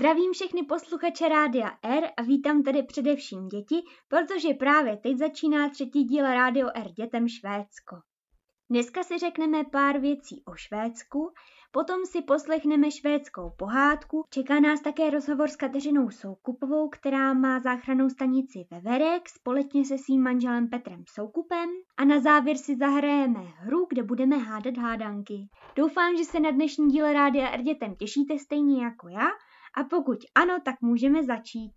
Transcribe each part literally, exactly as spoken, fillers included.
Zdravím všechny posluchače Rádia R a vítám tady především děti, protože právě teď začíná třetí díl Rádio R dětem Švédsko. Dneska si řekneme pár věcí o Švédsku, potom si poslechneme švédskou pohádku, čeká nás také rozhovor s Kateřinou Soukupovou, která má záchrannou stanici ve Verek společně se svým manželem Petrem Soukupem a na závěr si zahrajeme hru, kde budeme hádat hádanky. Doufám, že se na dnešní díl Rádia R dětem těšíte stejně jako já a pokud ano, tak můžeme začít.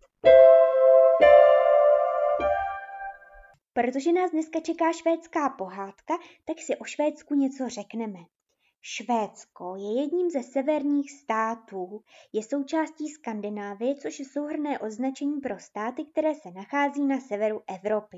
Protože nás dneska čeká švédská pohádka, tak si o Švédsku něco řekneme. Švédsko je jedním ze severních států, je součástí Skandinávie, což je souhrnné označení pro státy, které se nachází na severu Evropy.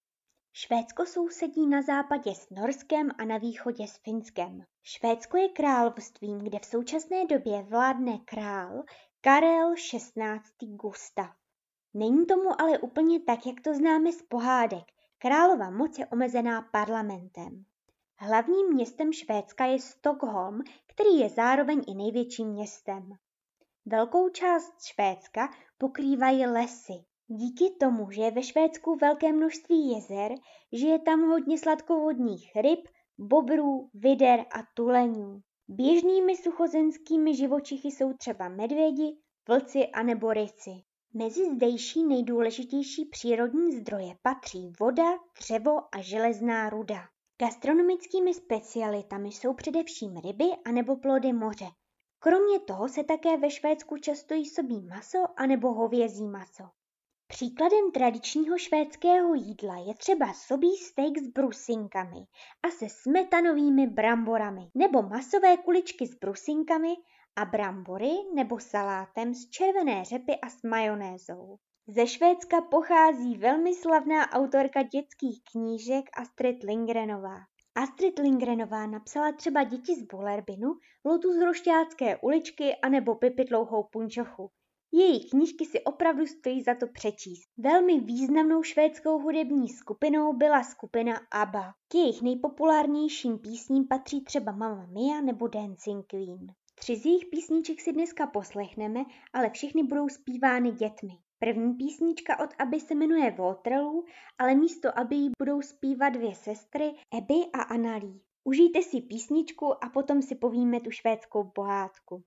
Švédsko sousedí na západě s Norskem a na východě s Finskem. Švédsko je královstvím, kde v současné době vládne král Karel šestnáctý Gustav. Není tomu ale úplně tak, jak to známe z pohádek. Králova moc je omezená parlamentem. Hlavním městem Švédska je Stockholm, který je zároveň i největším městem. Velkou část Švédska pokrývají lesy. Díky tomu, že je ve Švédsku velké množství jezer, žije tam hodně sladkovodních ryb, bobrů, vider a tuleňů. Běžnými suchozemskými živočichy jsou třeba medvědi, vlci a nebo rysi. Mezi zdejší nejdůležitější přírodní zdroje patří voda, dřevo a železná ruda. Gastronomickými specialitami jsou především ryby anebo plody moře. Kromě toho se také ve Švédsku často jí sobí maso anebo hovězí maso. Příkladem tradičního švédského jídla je třeba sobí steak s brusinkami a se smetanovými bramborami, nebo masové kuličky s brusinkami a brambory nebo salátem z červené řepy a s majonézou. Ze Švédska pochází velmi slavná autorka dětských knížek Astrid Lindgrenová. Astrid Lindgrenová napsala třeba Děti z Bullerbinu, Lotu z Rošťácké uličky anebo Pipi dlouhou punčochu. Její knížky si opravdu stojí za to přečíst. Velmi významnou švédskou hudební skupinou byla skupina ABBA. K jejich nejpopulárnějším písním patří třeba Mamma Mia nebo Dancing Queen. Tři z jejich písniček si dneska poslechneme, ale všechny budou zpívány dětmi. První písnička od ABBY se jmenuje Waterloo, ale místo ABBY ji budou zpívat dvě sestry, Abby a Annalí. Užijte si písničku a potom si povíme tu švédskou pohádku.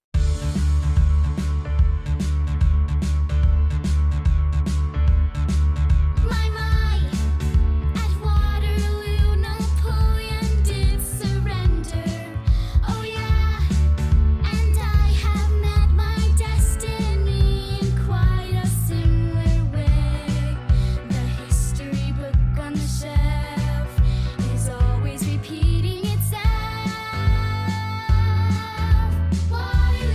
Why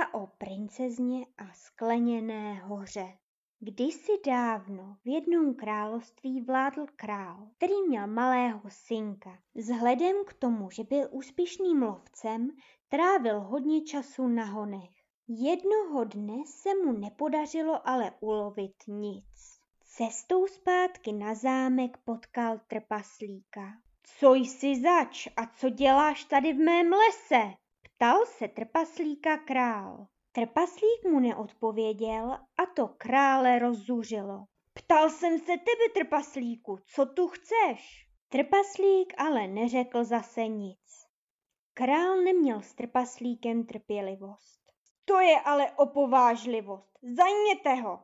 Bájka o princezně a skleněné hoře. Kdysi dávno v jednom království vládl král, který měl malého synka. Vzhledem k tomu, že byl úspěšným lovcem, trávil hodně času na honech. Jednoho dne se mu nepodařilo ale ulovit nic. Cestou zpátky na zámek potkal trpaslíka. Co jsi zač a co děláš tady v mém lese? Ptal se trpaslíka král. Trpaslík mu neodpověděl a to krále rozzuřilo. Ptal jsem se tebe, trpaslíku, co tu chceš? Trpaslík ale neřekl zase nic. Král neměl s trpaslíkem trpělivost. To je ale opovážlivost, zajměte ho!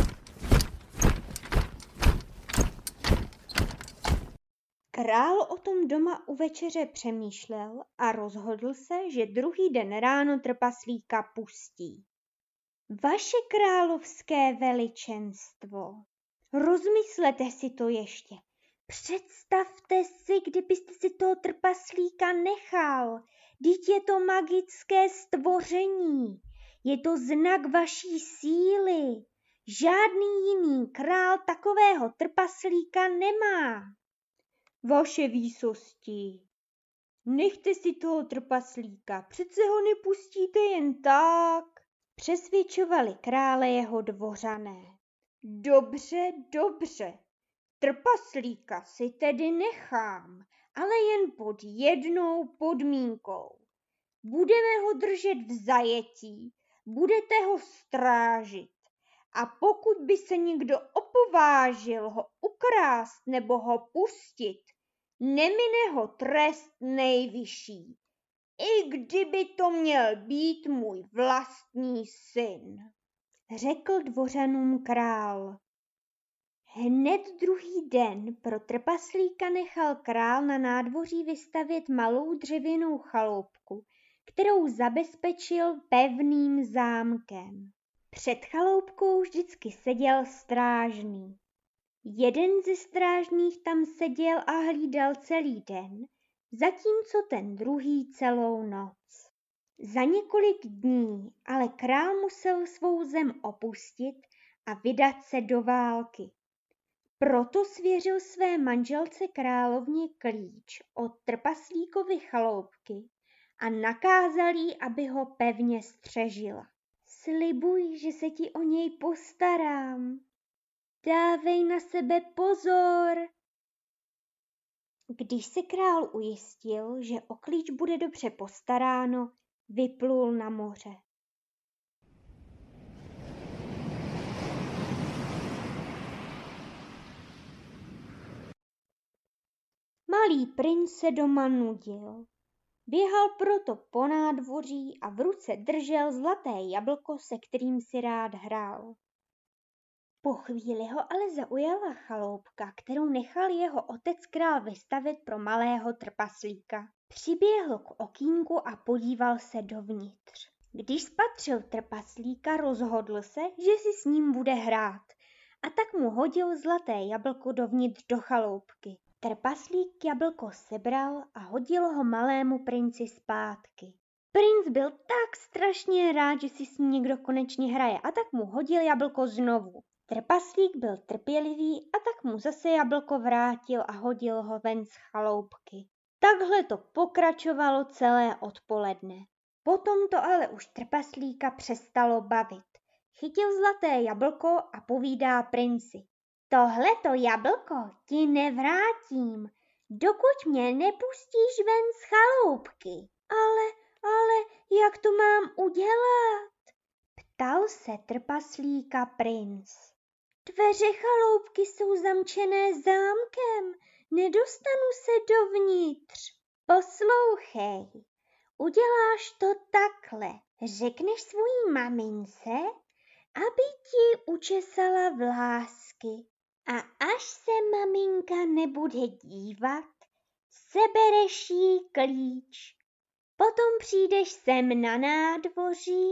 Král o tom doma u večeře přemýšlel a rozhodl se, že druhý den ráno trpaslíka pustí. Vaše královské veličenstvo, rozmyslete si to ještě. Představte si, kdybyste si toho trpaslíka nechal. Vždyť je to magické stvoření. Je to znak vaší síly. Žádný jiný král takového trpaslíka nemá. Vaše výsosti, nechte si toho trpaslíka, přece ho nepustíte jen tak, přesvědčovali krále jeho dvořané. Dobře, dobře, trpaslíka si tedy nechám, ale jen pod jednou podmínkou. Budeme ho držet v zajetí, budete ho strážit. A pokud by se někdo opovážil ho ukrást nebo ho pustit, nemine ho trest nejvyšší, i kdyby to měl být můj vlastní syn, řekl dvořanům král. Hned druhý den pro trpaslíka nechal král na nádvoří vystavět malou dřevěnou chaloupku, kterou zabezpečil pevným zámkem. Před chaloupkou vždycky seděl strážný. Jeden ze strážných tam seděl a hlídal celý den, zatímco ten druhý celou noc. Za několik dní ale král musel svou zem opustit a vydat se do války. Proto svěřil své manželce královně klíč od trpaslíkovy chaloupky a nakázal jí, aby ho pevně střežila. Slibuj, že se ti o něj postarám. Dávej na sebe pozor. Když se král ujistil, že o klíč bude dobře postaráno, vyplul na moře. Malý princ se doma nudil. Běhal proto po nádvoří a v ruce držel zlaté jablko, se kterým si rád hrál. Po chvíli ho ale zaujala chaloupka, kterou nechal jeho otec král vystavět pro malého trpaslíka. Přiběhl k okýnku a podíval se dovnitř. Když spatřil trpaslíka, rozhodl se, že si s ním bude hrát, a tak mu hodil zlaté jablko dovnitř do chaloupky. Trpaslík jablko sebral a hodil ho malému princi zpátky. Princ byl tak strašně rád, že si s ním někdo konečně hraje, a tak mu hodil jablko znovu. Trpaslík byl trpělivý a tak mu zase jablko vrátil a hodil ho ven z chaloupky. Takhle to pokračovalo celé odpoledne. Potom to ale už trpaslíka přestalo bavit. Chytil zlaté jablko a povídá princi. Tohleto jablko ti nevrátím, dokud mě nepustíš ven z chaloupky. Ale, ale, jak to mám udělat? Ptal se trpaslíka princ. Dveře chaloupky jsou zamčené zámkem, nedostanu se dovnitř. Poslouchej, uděláš to takhle. Řekneš svojí mamince, aby ti učesala vlásky. A až se maminka nebude dívat, sebereš jí klíč. Potom přijdeš sem na nádvoří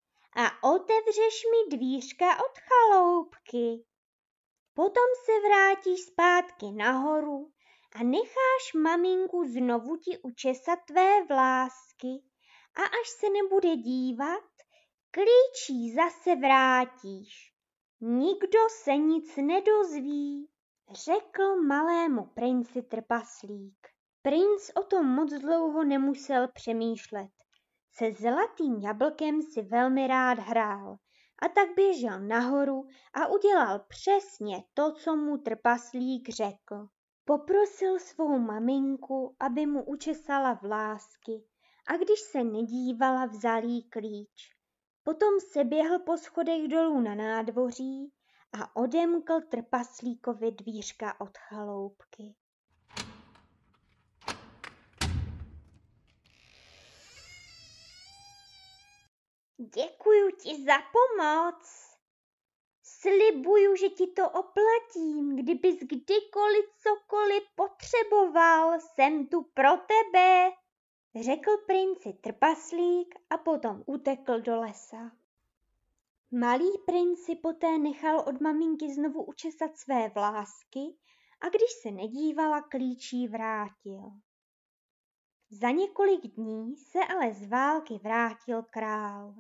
a otevřeš mi dvířka od chaloupky. Potom se vrátíš zpátky nahoru a necháš maminku znovu ti učesat tvé vlásky. A až se nebude dívat, klíčí zase vrátíš. Nikdo se nic nedozví, řekl malému princi trpaslík. Princ o tom moc dlouho nemusel přemýšlet. Se zlatým jablkem si velmi rád hrál a tak běžel nahoru a udělal přesně to, co mu trpaslík řekl. Poprosil svou maminku, aby mu učesala vlásky a když se nedívala, vzal jí klíč. Potom se běhl po schodech dolů na nádvoří a odemkl trpaslíkovi dvířka od chaloupky. Děkuju ti za pomoc. Slibuju, že ti to oplatím. Kdybys kdykoliv cokoliv potřeboval, jsem tu pro tebe, řekl princi trpaslík a potom utekl do lesa. Malý princ si poté nechal od maminky znovu učesat své vlásky a když se nedívala, klíč jí vrátil. Za několik dní se ale z války vrátil král.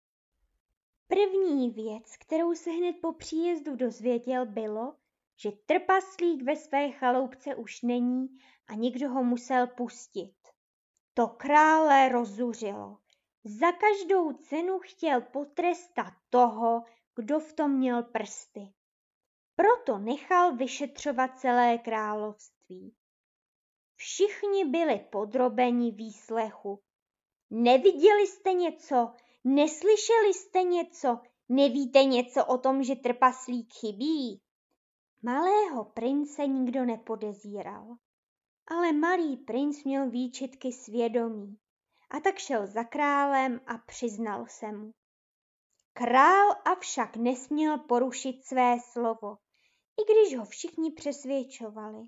První věc, kterou se hned po příjezdu dozvěděl, bylo, že trpaslík ve své chaloupce už není a někdo ho musel pustit. To krále rozzuřilo. Za každou cenu chtěl potrestat toho, kdo v tom měl prsty. Proto nechal vyšetřovat celé království. Všichni byli podrobeni výslechu. Neviděli jste něco? Neslyšeli jste něco? Nevíte něco o tom, že trpaslík chybí? Malého prince nikdo nepodezíral, ale malý princ měl výčitky svědomí a tak šel za králem a přiznal se mu. Král avšak nesměl porušit své slovo, i když ho všichni přesvědčovali.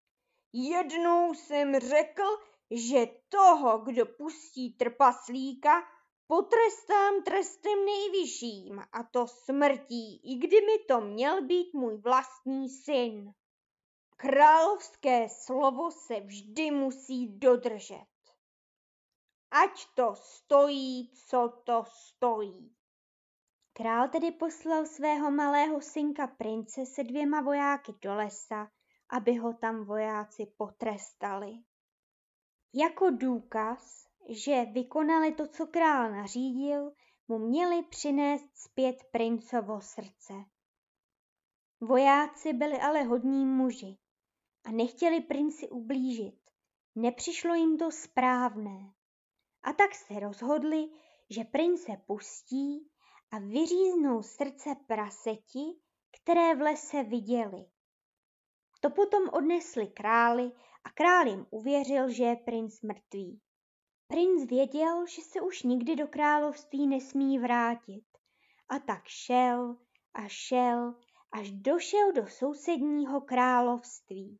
Jednou jsem řekl, že toho, kdo pustí trpaslíka, potrestám trestem nejvyšším, a to smrtí, i kdyby to měl být můj vlastní syn. Královské slovo se vždy musí dodržet. Ať to stojí, co to stojí. Král tedy poslal svého malého synka prince se dvěma vojáky do lesa, aby ho tam vojáci potrestali. Jako důkaz, že vykonali to, co král nařídil, mu měli přinést zpět princovo srdce. Vojáci byli ale hodní muži a nechtěli princi ublížit. Nepřišlo jim to správné. A tak se rozhodli, že prince pustí a vyříznou srdce praseti, které v lese viděli. To potom odnesli králi a král jim uvěřil, že je princ mrtvý. Princ věděl, že se už nikdy do království nesmí vrátit a tak šel a šel, až došel do sousedního království.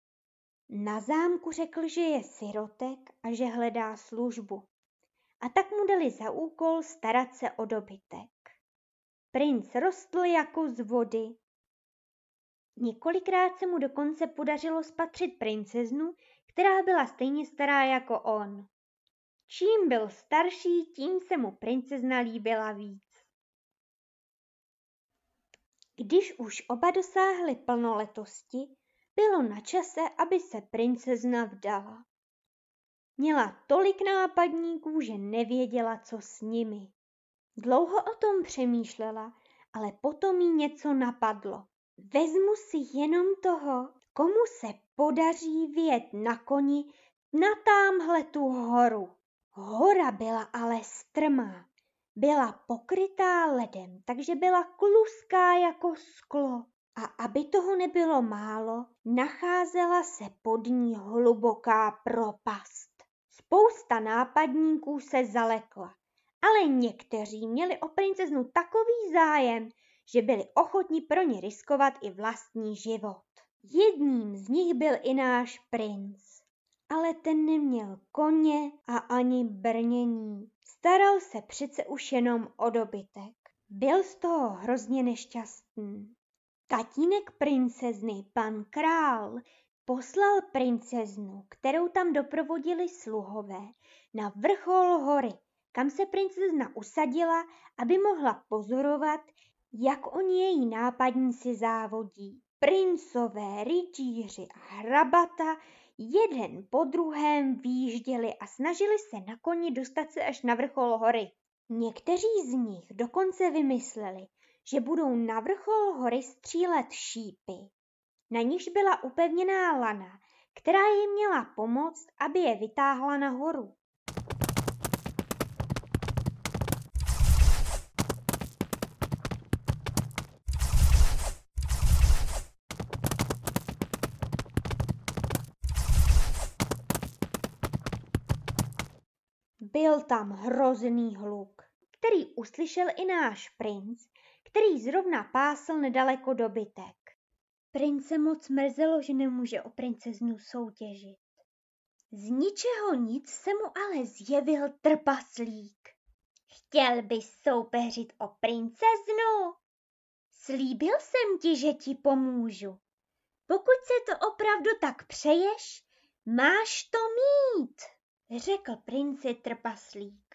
Na zámku řekl, že je sirotek a že hledá službu. A tak mu dali za úkol starat se o dobytek. Princ rostl jako z vody. Několikrát se mu dokonce podařilo spatřit princeznu, která byla stejně stará jako on. Čím byl starší, tím se mu princezna líbila víc. Když už oba dosáhli plnoletosti, bylo na čase, aby se princezna vdala. Měla tolik nápadníků, že nevěděla, co s nimi. Dlouho o tom přemýšlela, ale potom jí něco napadlo. Vezmu si jenom toho, komu se podaří vyjet na koni na támhle tu horu. Hora byla ale strmá. Byla pokrytá ledem, takže byla kluská jako sklo. A aby toho nebylo málo, nacházela se pod ní hluboká propast. Spousta nápadníků se zalekla, ale někteří měli o princeznu takový zájem, že byli ochotni pro ně riskovat i vlastní život. Jedním z nich byl i náš princ, ale ten neměl koně a ani brnění. Staral se přece už jenom o dobytek. Byl z toho hrozně nešťastný. Tatínek princezny, pan král, poslal princeznu, kterou tam doprovodili sluhové, na vrchol hory, kam se princezna usadila, aby mohla pozorovat, jak oni její nápadníci závodí. Princové, rytíři a hrabata jeden po druhém výjížděli a snažili se na koni dostat se až na vrchol hory. Někteří z nich dokonce vymysleli, že budou na vrchol hory střílet šípy, na nichž byla upevněná lana, která jim měla pomoct, aby je vytáhla nahoru. Byl tam hrozný hluk, který uslyšel i náš princ, který zrovna pásl nedaleko dobytek. Prince moc mrzelo, že nemůže o princeznu soutěžit. Z ničeho nic se mu ale zjevil trpaslík. Chtěl bys soupeřit o princeznu? Slíbil jsem ti, že ti pomůžu. Pokud se to opravdu tak přeješ, máš to mít, řekl princi trpaslík.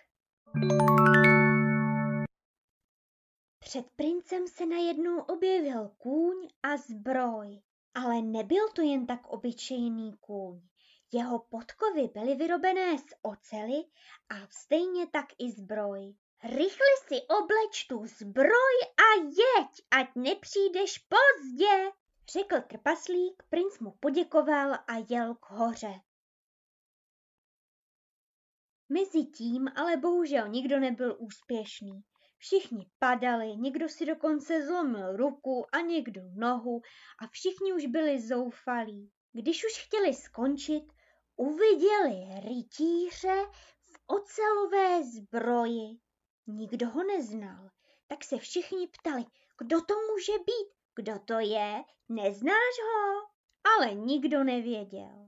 Před princem se najednou objevil kůň a zbroj, ale nebyl to jen tak obyčejný kůň. Jeho podkovy byly vyrobené z oceli a stejně tak i zbroj. Rychle si obleč tu zbroj a jeď, ať nepřijdeš pozdě, řekl trpaslík, princ mu poděkoval a jel k hoře. Mezitím ale bohužel nikdo nebyl úspěšný. Všichni padali, někdo si dokonce zlomil ruku a někdo nohu a všichni už byli zoufalí. Když už chtěli skončit, uviděli rytíře v ocelové zbroji. Nikdo ho neznal, tak se všichni ptali, kdo to může být, kdo to je, neznáš ho? Ale nikdo nevěděl.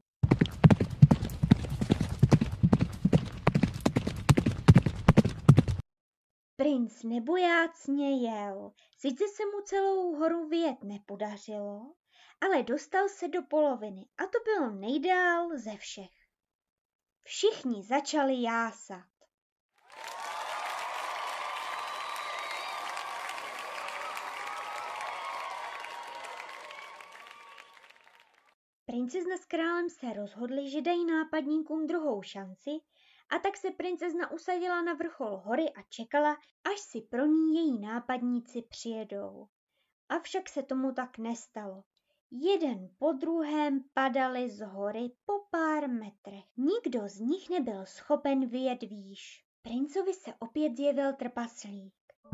Princ nebojácně jel, sice se mu celou horu vyjet nepodařilo, ale dostal se do poloviny a to bylo nejdál ze všech. Všichni začali jásat. Princezna s králem se rozhodli, že dají nápadníkům druhou šanci, a tak se princezna usadila na vrchol hory a čekala, až si pro ní její nápadníci přijedou. Avšak se tomu tak nestalo. Jeden po druhém padali z hory po pár metrech. Nikdo z nich nebyl schopen vyjet výš. Princovi se opět zjevil trpaslík.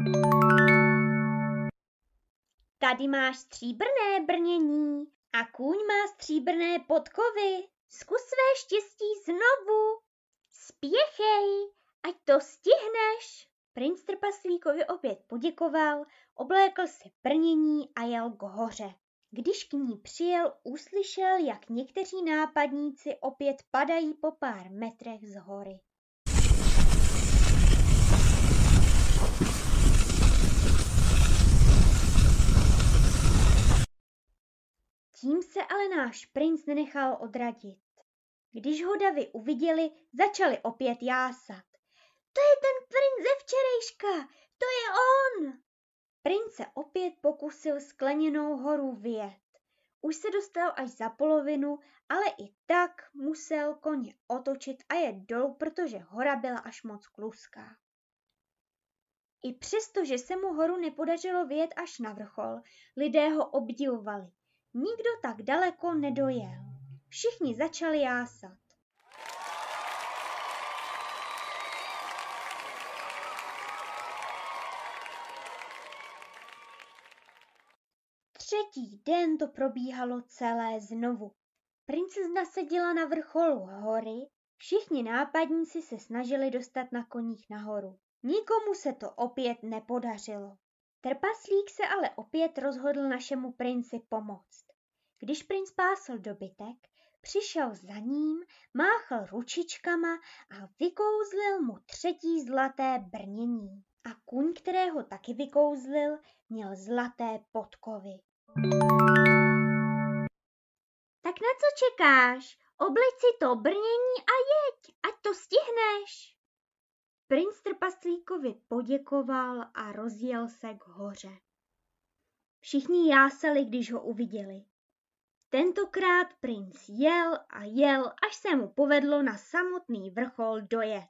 Tady máš stříbrné brnění a kůň má stříbrné podkovy. Zkus své štěstí znovu. Spěchej, ať to stihneš. Princ trpaslíkovi opět poděkoval, oblékl si brnění a jel k hoře. Když k ní přijel, uslyšel, jak někteří nápadníci opět padají po pár metrech z hory. Tím se ale náš princ nenechal odradit. Když ho davy uviděli, začali opět jásat. To je ten princ ze včerejška, to je on! Princ se opět pokusil skleněnou horu vyjet. Už se dostal až za polovinu, ale i tak musel koně otočit a jet dolů, protože hora byla až moc kluská. I přesto, že se mu horu nepodařilo vyjet až na vrchol, lidé ho obdivovali. Nikdo tak daleko nedojel. Všichni začali jásat. Třetí den to probíhalo celé znovu. Princezna seděla na vrcholu hory, všichni nápadníci se snažili dostat na koních nahoru. Nikomu se to opět nepodařilo. Trpaslík se ale opět rozhodl našemu princi pomoct. Když princ pásl dobytek, přišel za ním, máchl ručičkama a vykouzlil mu třetí zlaté brnění. A kůň, kterého taky vykouzlil, měl zlaté podkovy. Tak na co čekáš? Obleč si to brnění a jeď, ať to stihneš. Princ trpaslíkovi poděkoval a rozjel se k hoře. Všichni jásali, když ho uviděli. Tentokrát princ jel a jel, až se mu povedlo na samotný vrchol dojet.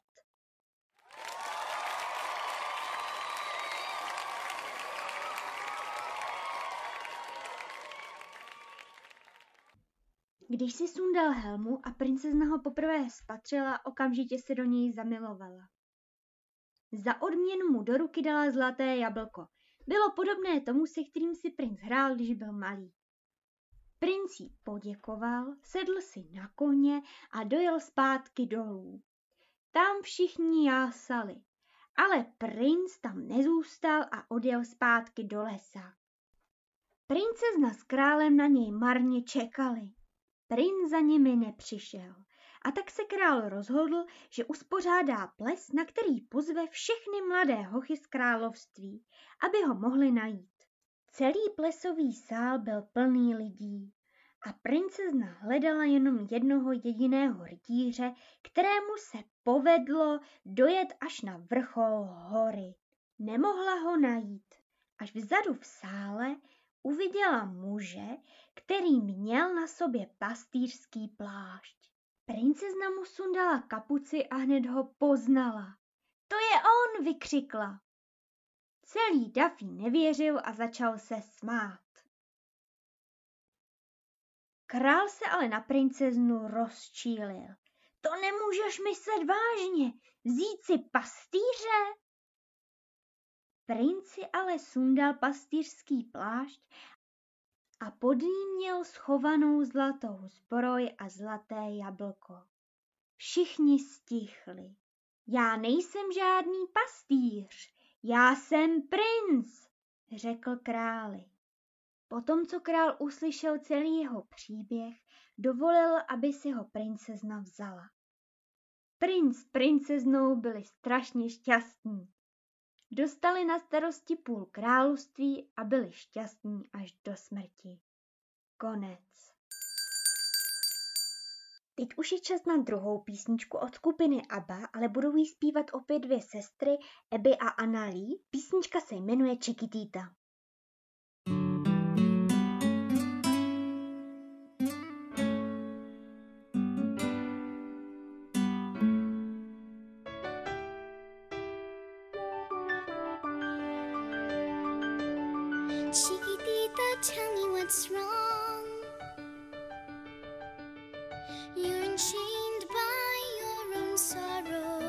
Když si sundal helmu a princezna ho poprvé spatřila, okamžitě se do něj zamilovala. Za odměnu mu do ruky dala zlaté jablko. Bylo podobné tomu, se kterým si princ hrál, když byl malý. Princ jí poděkoval, sedl si na koně a dojel zpátky dolů. Tam všichni jásali, ale princ tam nezůstal a odjel zpátky do lesa. Princezna s králem na něj marně čekali. Princ za nimi nepřišel a tak se král rozhodl, že uspořádá ples, na který pozve všechny mladé hochy z království, aby ho mohli najít. Celý plesový sál byl plný lidí a princezna hledala jenom jednoho jediného rytíře, kterému se povedlo dojet až na vrchol hory. Nemohla ho najít, až vzadu v sále uviděla muže, který měl na sobě pastýřský plášť. Princezna mu sundala kapuci a hned ho poznala. To je on, vykřikla. Celý dav jí nevěřil a začal se smát. Král se ale na princeznu rozčílil. To nemůžeš myslet vážně, vzít si pastýře? Princ si ale sundal pastýřský plášť a pod ním měl schovanou zlatou zbroj a zlaté jablko. Všichni stichli. Já nejsem žádný pastýř, já jsem princ, řekl králi. Potom, co král uslyšel celý jeho příběh, dovolil, aby si ho princezna vzala. Princ s princeznou byli strašně šťastní. Dostali na starosti půl království a byli šťastní až do smrti. Konec. Teď už je čas na druhou písničku od skupiny ABBA, ale budou jí zpívat opět dvě sestry, Abby a Anna-Lee. Písnička se jmenuje Chiquitita. Chiquitita, tell me what's wrong. You're enchained by your own sorrow.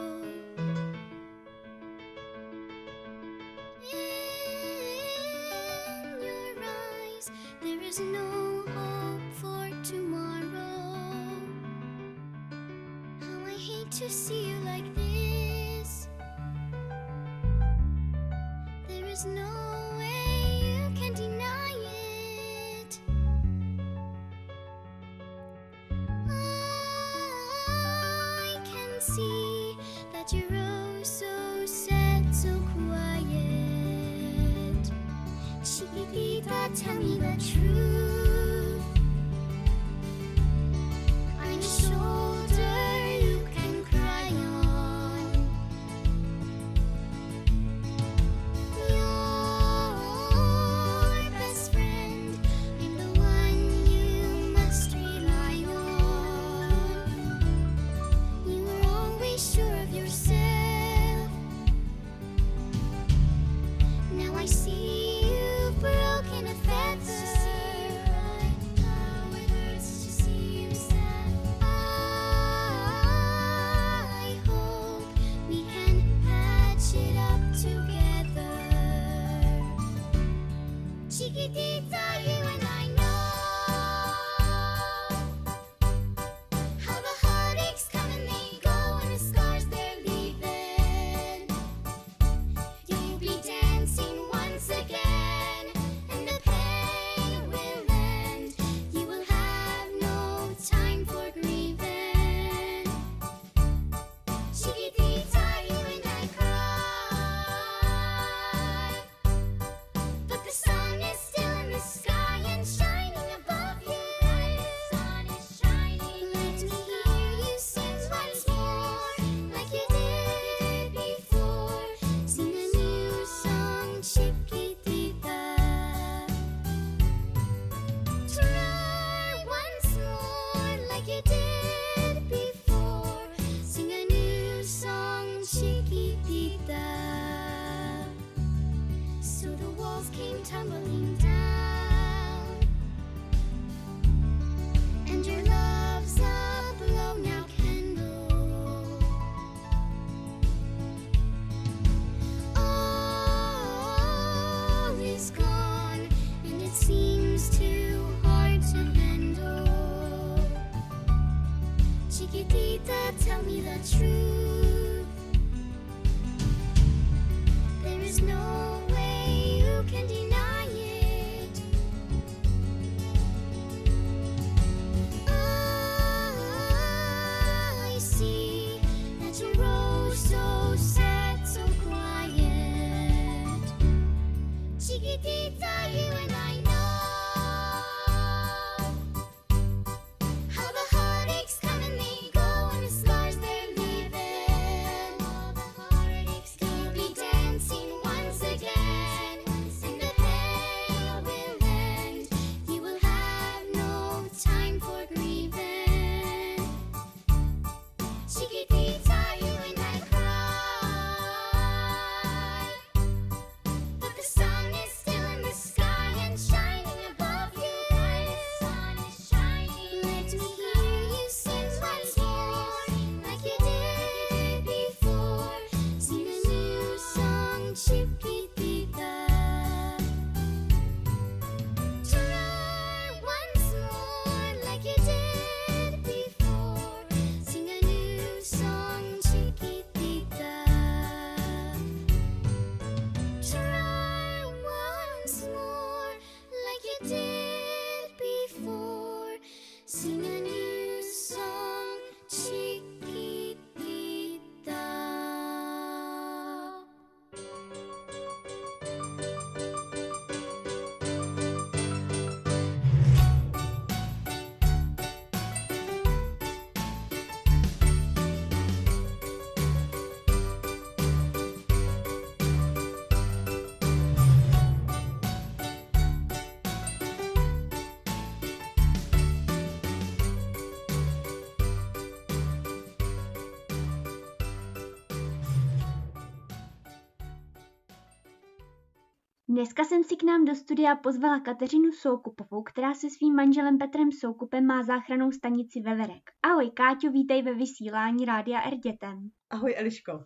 In your eyes, there is no hope for tomorrow. How I hate to see you like this. There is no see that you're oh so sad, so quiet. Chiquitita, tell me the truth. I'm a shoulder you can cry on. Your best friend, I'm the one you must rely on. You were always sure of yourself. Now I see you've broken a feather. truth. There is no way you can deny it. I see that you rose so sad, so quiet. Chiquitita, you and I know how the heartaches come and they go and the scars they're leaving. All the heartaches will be dancing once again, and the pain will end. You will have no time for grieving. Chiquitita, you and I cry, but the sun is still in the sky and shining above you. The sun is shining. Let me hear you sing once more, like you did before. Sing a new song, Chiquitita. Try once more, like you did before. Sing a new song, Chiquitita. Try once more, like you did before. Sing a new song, Chiquitita. Dneska jsem si k nám do studia pozvala Kateřinu Soukupovou, která se svým manželem Petrem Soukupem má záchrannou stanici Veverek. Ahoj Káťo, vítej ve vysílání Rádia R dětem. Ahoj Eliško.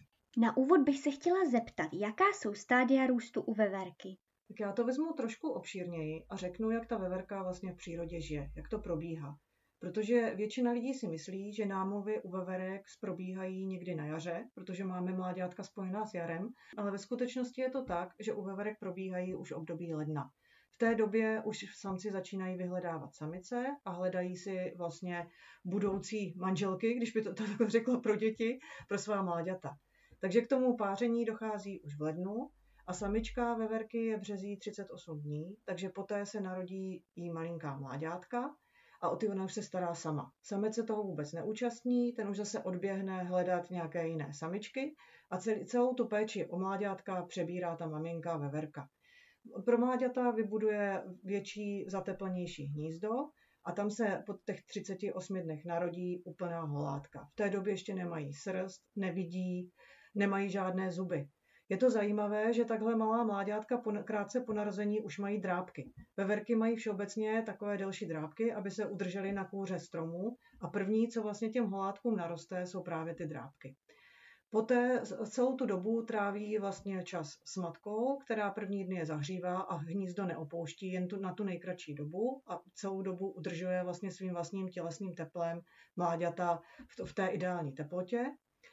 Na úvod bych se chtěla zeptat, jaká jsou stádia růstu u veverky? Tak já to vezmu trošku obšírněji a řeknu, jak ta veverka vlastně v přírodě žije, jak to probíhá. Protože většina lidí si myslí, že námluvy u veverek probíhají někdy na jaře, protože máme mláďátka spojená s jarem, ale ve skutečnosti je to tak, že u veverek probíhají už v období ledna. V té době už samci začínají vyhledávat samice a hledají si vlastně budoucí manželky, když by to tak řekla pro děti, pro svá mláďata. Takže k tomu páření dochází už v lednu a samička veverky je březí třicet osm dní, takže poté se narodí jí malinká mláďátka a o ty ona už se stará sama. Samec se toho vůbec neúčastní, ten už zase odběhne hledat nějaké jiné samičky a celý, celou tu péči o mláďátka přebírá ta maminka veverka. Pro mláďata vybuduje větší, zateplnější hnízdo a tam se po těch třiceti osmi dnech narodí úplná holátka. V té době ještě nemají srst, nevidí, nemají žádné zuby. Je to zajímavé, že takhle malá mláďátka po, krátce po narození už mají drápky. Veverky mají všeobecně takové delší drápky, aby se udržely na kůře stromů a první, co vlastně těm holátkům naroste, jsou právě ty drápky. Poté celou tu dobu tráví vlastně čas s matkou, která první dny je zahřívá a hnízdo neopouští jen tu, na tu nejkratší dobu a celou dobu udržuje vlastně svým vlastním tělesným teplem mláďata v, v té ideální teplotě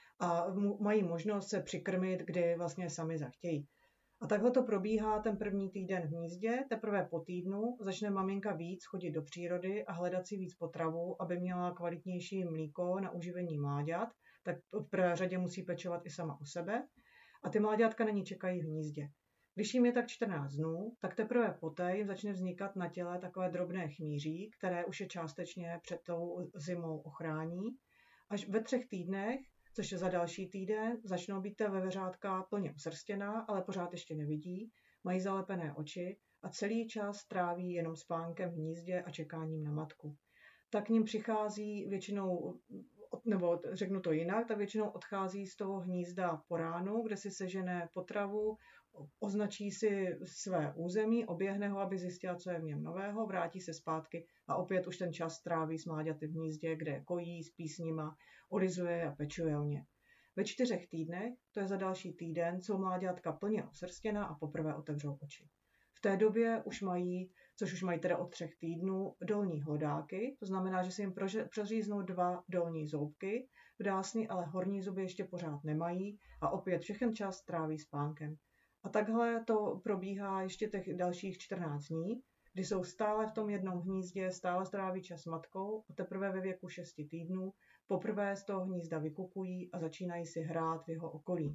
a mají možnost se přikrmit, kdy vlastně sami zachtějí. A takhle to probíhá ten první týden v hnízdě, teprve po týdnu začne maminka víc chodit do přírody a hledat si víc potravu, aby měla kvalitnější mlíko na uživení mláďat, tak v prvé řadě musí pečovat i sama o sebe a ty mláďátka na ní čekají v hnízdě. Když jim je tak čtrnáct dnů, tak teprve poté jim začne vznikat na těle takové drobné chmíří, které už je částečně před tou zimou ochrání. Až ve třech týdnech, což je za další týden, začnou být ta veveřátka plně usrstěná, ale pořád ještě nevidí, mají zalepené oči a celý čas tráví jenom spánkem v hnízdě a čekáním na matku. Tak k ním přichází většinou, nebo řeknu to jinak, tak většinou odchází z toho hnízda po ránu, kde si sežene potravu, označí si své území, oběhne ho, aby zjistila, co je v něm nového, vrátí se zpátky a opět už ten čas tráví s mláďaty v hnízdě, kde kojí, spí s nima, olizuje a pečuje o ně. Ve čtyřech týdnech, to je za další týden, jsou mláďátka plně osrstěná a poprvé otevřou oči. V té době už mají což už mají teda od třech týdnů, dolní hlodáky, to znamená, že se jim přeříznou dva dolní zoubky v dásni, ale horní zuby ještě pořád nemají a opět všechen čas tráví spánkem. A takhle to probíhá ještě těch dalších čtrnáct dní, kdy jsou stále v tom jednom hnízdě, stále tráví čas s matkou a teprve ve věku šesti týdnů poprvé z toho hnízda vykukují a začínají si hrát v jeho okolí.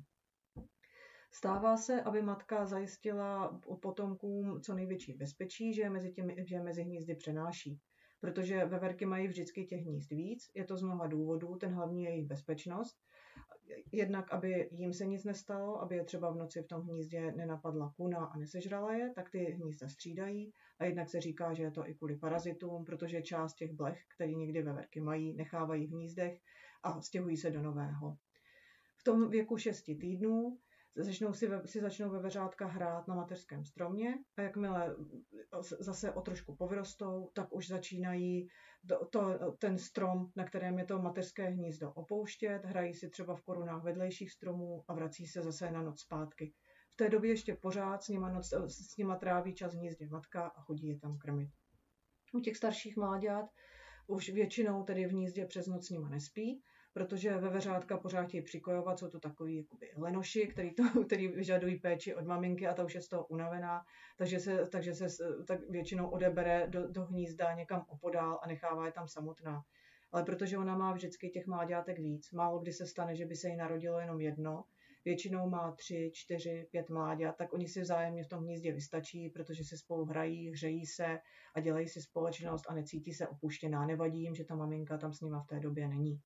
Stává se, aby matka zajistila potomkům co největší bezpečí, že je mezi, těmi, že je mezi hnízdy přenáší. Protože veverky mají vždycky těch hnízd víc, je to z mnoha důvodů, ten hlavní je jejich bezpečnost. Jednak, aby jim se nic nestalo, aby je třeba v noci v tom hnízdě nenapadla kuna a nesežrala je, tak ty hnízda střídají. A jednak se říká, že je to i kvůli parazitům, protože část těch blech, které někdy veverky mají, nechávají v hnízdech a stěhují se do nového. V tom věku šesti týdnů začnou si, si začnou veveřátka hrát na mateřském stromě a jakmile zase o trošku povyrostou, tak už začínají to, to, ten strom, na kterém je to mateřské hnízdo, opouštět, hrají si třeba v korunách vedlejších stromů a vrací se zase na noc zpátky. V té době ještě pořád s nima, noc, s nima tráví čas v hnízdě matka a chodí je tam krmit. U těch starších mláďat už většinou tedy v hnízdě přes noc s nima nespí, protože veveřátka pořád chtějí přikojovat, jsou to takový jakoby lenoši, který, to, který vyžadují péči od maminky a ta už je z toho unavená, takže se, takže se tak většinou odebere do, do hnízda někam opodál a nechává je tam samotná. Ale protože ona má vždycky těch mláďátek víc, málo kdy se stane, že by se jí narodilo jenom jedno, většinou má tři, čtyři, pět mláďat, tak oni si vzájemně v tom hnízdě vystačí, protože si spolu hrají, hřejí se a dělají si společnost a necítí se opuštěná, nevadí jim, že ta maminka tam s nima v té době není.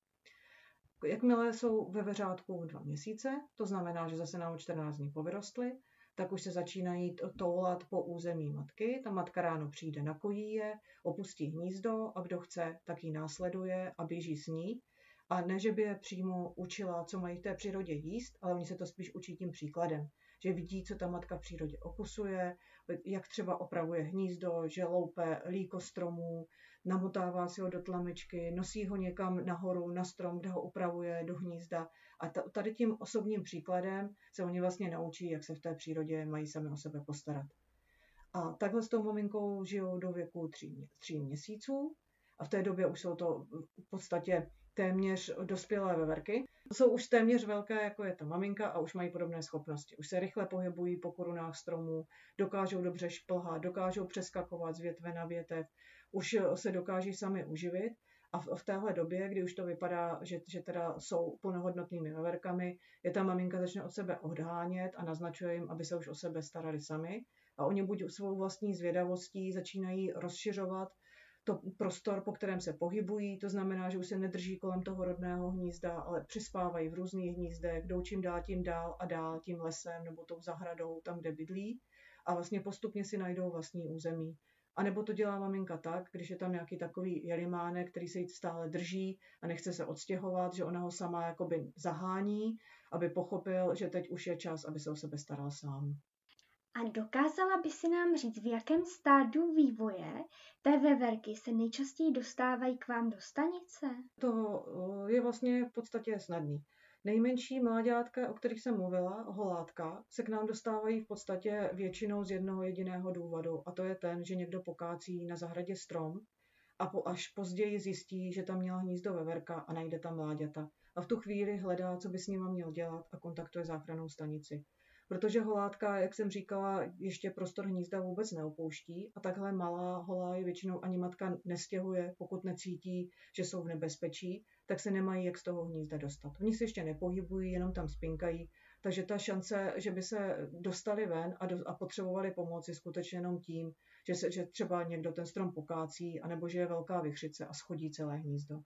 Jakmile jsou ve veřátku dva měsíce, to znamená, že zase nám o čtrnáct dní povyrostly, tak už se začínají toulat po území matky. Ta matka ráno přijde, nakojí je, opustí hnízdo a kdo chce, tak ji následuje a běží s ní. A ne, že by je přímo učila, co mají v té přírodě jíst, ale oni se to spíš učí tím příkladem. Že vidí, co ta matka v přírodě okusuje, jak třeba opravuje hnízdo, že loupe líko stromů, namotává si ho do tlamičky, nosí ho někam nahoru na strom, kde ho upravuje do hnízda. A tady tím osobním příkladem se oni vlastně naučí, jak se v té přírodě mají sami o sebe postarat. A takhle s tou maminkou žijou do věku tří, tří měsíců a v té době už jsou to v podstatě téměř dospělé veverky. Jsou už téměř velké, jako je ta maminka a už mají podobné schopnosti. Už se rychle pohybují po korunách stromů, dokážou dobře šplhat, dokážou přeskakovat z větve na větev, už se dokáží sami uživit a v, v téhle době, kdy už to vypadá, že, že teda jsou plnohodnotnými veverkami, je ta maminka začne od sebe odhánět a naznačuje jim, aby se už o sebe starali sami a oni buď svou vlastní zvědavostí začínají rozšiřovat to prostor, po kterém se pohybují, to znamená, že už se nedrží kolem toho rodného hnízda, ale přispávají v různých hnízdech, jdou čím dál tím dál a dál tím lesem nebo tou zahradou, tam, kde bydlí a vlastně postupně si najdou vlastní území. A nebo to dělá maminka tak, když je tam nějaký takový jelimánek, který se jí stále drží a nechce se odstěhovat, že ona ho sama jakoby zahání, aby pochopil, že teď už je čas, aby se o sebe staral sám. A dokázala by si nám říct, v jakém stádiu vývoje té veverky se nejčastěji dostávají k vám do stanice? To je vlastně v podstatě snadný. Nejmenší mláďátka, o kterých jsem mluvila, holátka, se k nám dostávají v podstatě většinou z jednoho jediného důvodu a to je ten, že někdo pokácí na zahradě strom a po, až později zjistí, že tam měla hnízdo veverka a najde tam mláďata. A v tu chvíli hledá, co by s nima měl dělat a kontaktuje záchrannou stanici. Protože holátka, jak jsem říkala, ještě prostor hnízda vůbec neopouští a takhle malá holá je většinou ani matka nestěhuje, pokud necítí, že jsou v nebezpečí, tak se nemají jak z toho hnízda dostat. Oni se ještě nepohybují, jenom tam spinkají, takže ta šance, že by se dostali ven a, do, a potřebovali pomoc je skutečně jenom tím, že, se, že třeba někdo ten strom pokácí, anebo že je velká vichřice a schodí celé hnízdo.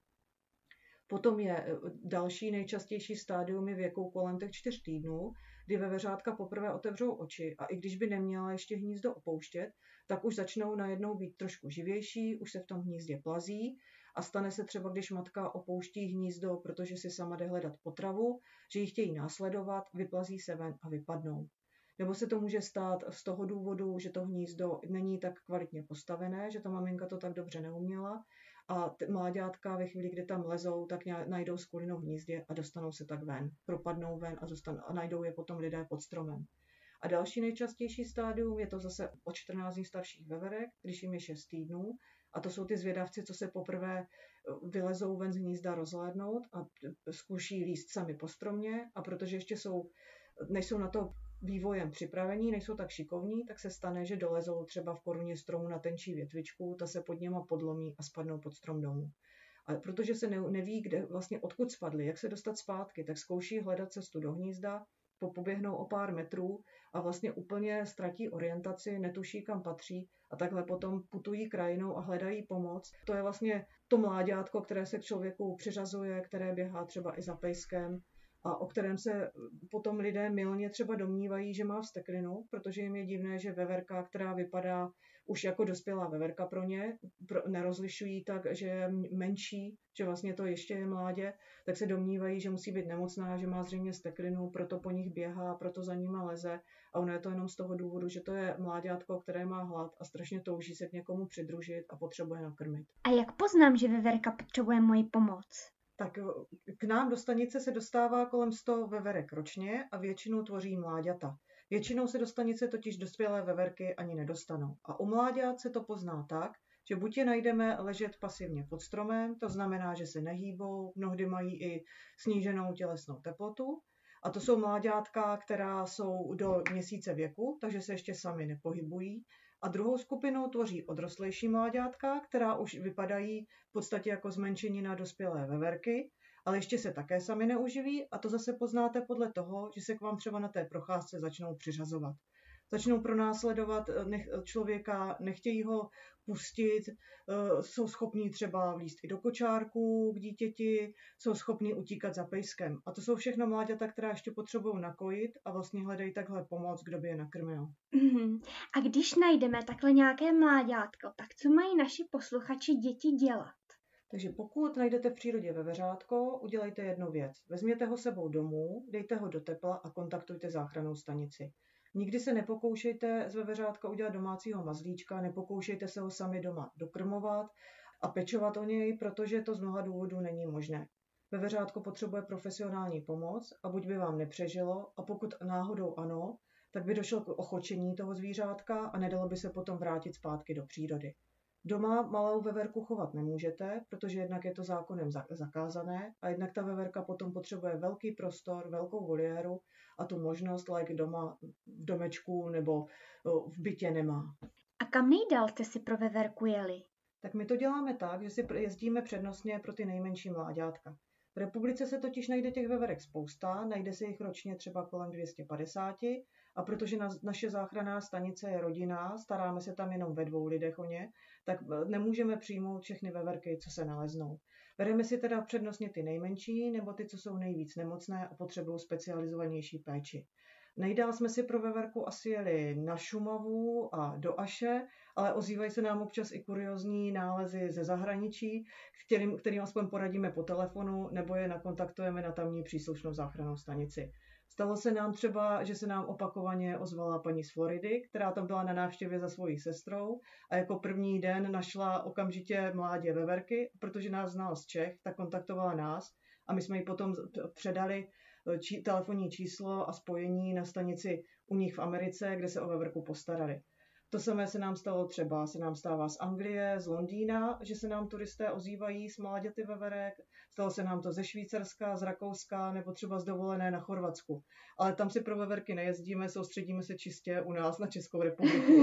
Potom je další nejčastější stádium je věku kolem těch čtyř týdnů, kdy veveřátka poprvé otevřou oči a i když by neměla ještě hnízdo opouštět, tak už začnou najednou být trošku živější, už se v tom hnízdě plazí a stane se třeba, když matka opouští hnízdo, protože si sama jde hledat potravu, že ji chtějí následovat, vyplazí se ven a vypadnou. Nebo se to může stát z toho důvodu, že to hnízdo není tak kvalitně postavené, že ta maminka to tak dobře neuměla a ty mláďátka ve chvíli, kdy tam lezou, tak najdou skulinu v hnízdě a dostanou se tak ven. Propadnou ven a, zostanou, a najdou je potom lidé pod stromem. A další nejčastější stádium je to zase o čtrnáct dní starších veverek, když jim je šest týdnů. A to jsou ty zvědavci, co se poprvé vylezou ven z hnízda rozhlédnout a zkouší líst sami po stromě. A protože ještě jsou, nejsou na to vývojem připravení, nejsou tak šikovní, tak se stane, že dolezou třeba v koruně stromu na tenčí větvičku, ta se pod něma podlomí a spadnou pod strom domů. A protože se neví, kde vlastně odkud spadly, jak se dostat zpátky, tak zkouší hledat cestu do hnízda, poběhnou o pár metrů a vlastně úplně ztratí orientaci, netuší, kam patří a takhle potom putují krajinou a hledají pomoc. To je vlastně to mláďátko, které se k člověku přiřazuje, které běhá třeba i za pejskem a o kterém se potom lidé mylně třeba domnívají, že má vzteklinu, protože jim je divné, že veverka, která vypadá už jako dospělá veverka pro ně, pro, nerozlišují tak, že je menší, že vlastně to ještě je mládě, tak se domnívají, že musí být nemocná, že má zřejmě vzteklinu, proto po nich běhá, proto za nima leze a ono je to jenom z toho důvodu, že to je mláďátko, které má hlad a strašně touží se k někomu přidružit a potřebuje nakrmit. A jak poznám, že veverka potřebuje moji pomoc? Tak k nám do stanice se dostává kolem sto veverek ročně a většinu tvoří mláďata. Většinou se do stanice totiž dospělé veverky ani nedostanou. A u mláďat se to pozná tak, že buď je najdeme ležet pasivně pod stromem, to znamená, že se nehýbou, mnohdy mají i sníženou tělesnou teplotu. A to jsou mláďátka, která jsou do měsíce věku, takže se ještě sami nepohybují. A druhou skupinu tvoří odrostlejší mláďátka, která už vypadají v podstatě jako zmenšenina dospělé veverky, ale ještě se také sami neuživí a to zase poznáte podle toho, že se k vám třeba na té procházce začnou přiřazovat. Začnou pronásledovat nech, člověka, nechtějí ho pustit, jsou schopní třeba vlízt i do kočárku k dítěti, jsou schopní utíkat za pejskem. A to jsou všechno mláďata, která ještě potřebují nakojit a vlastně hledají takhle pomoc, kdo by je nakrmil. Mm-hmm. A když najdeme takhle nějaké mláďátko, tak co mají naši posluchači děti dělat? Takže pokud najdete v přírodě veveřátko, udělejte jednu věc. Vezměte ho sebou domů, dejte ho do tepla a kontaktujte záchrannou stanici. Nikdy se nepokoušejte z veveřátka udělat domácího mazlíčka, nepokoušejte se ho sami doma dokrmovat a pečovat o něj, protože to z mnoha důvodů není možné. Veveřátko potřebuje profesionální pomoc a buď by vám nepřežilo a pokud náhodou ano, tak by došlo k ochočení toho zvířátka a nedalo by se potom vrátit zpátky do přírody. Doma malou veverku chovat nemůžete, protože jednak je to zákonem zakázané a jednak ta veverka potom potřebuje velký prostor, velkou voliéru a tu možnost like doma v domečku nebo v bytě nemá. A kam nejdál jste si pro veverku jeli? Tak my to děláme tak, že si jezdíme přednostně pro ty nejmenší mláďátka. V republice se totiž najde těch veverek spousta, najde se jich ročně třeba kolem dvě stě padesát a protože na, naše záchranná stanice je rodinná, staráme se tam jenom ve dvou lidech o ně, tak nemůžeme přijmout všechny veverky, co se naleznou. Bereme si teda přednostně ty nejmenší nebo ty, co jsou nejvíc nemocné a potřebují specializovanější péči. Nejdál jsme si pro veverku asi jeli na Šumavu a do Aše, ale ozývají se nám občas i kuriózní nálezy ze zahraničí, kterým, kterým aspoň poradíme po telefonu nebo je nakontaktujeme na tamní příslušnou záchrannou stanici. Stalo se nám třeba, že se nám opakovaně ozvala paní z Floridy, která tam byla na návštěvě za svojí sestrou a jako první den našla okamžitě mládě veverky, protože nás znala z Čech, tak kontaktovala nás a my jsme jí potom předali či, telefonní číslo a spojení na stanici u nich v Americe, kde se o veverku postarali. To samé se nám stalo třeba, se nám stává z Anglie, z Londýna, že se nám turisté ozývají s mláďaty veverek, stalo se nám to ze Švýcarska, z Rakouska nebo třeba z dovolené na Chorvatsku. Ale tam si pro veverky nejezdíme, soustředíme se čistě u nás na Českou republiku.